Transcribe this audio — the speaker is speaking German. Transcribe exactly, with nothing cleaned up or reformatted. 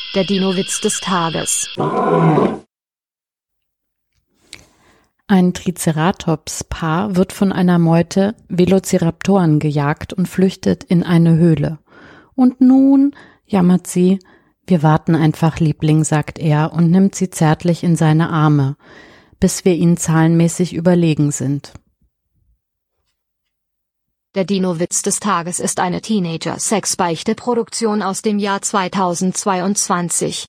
Der Dino-Witz des Tages. Ein Triceratops-Paar wird von einer Meute Velociraptoren gejagt und flüchtet in eine Höhle. Und nun, jammert sie, wir warten einfach, Liebling, sagt er und nimmt sie zärtlich in seine Arme, bis wir ihnen zahlenmäßig überlegen sind. Der Dino-Witz des Tages ist eine Teenager-Sex-Beichte-Produktion aus dem Jahr zweitausendzweiundzwanzig.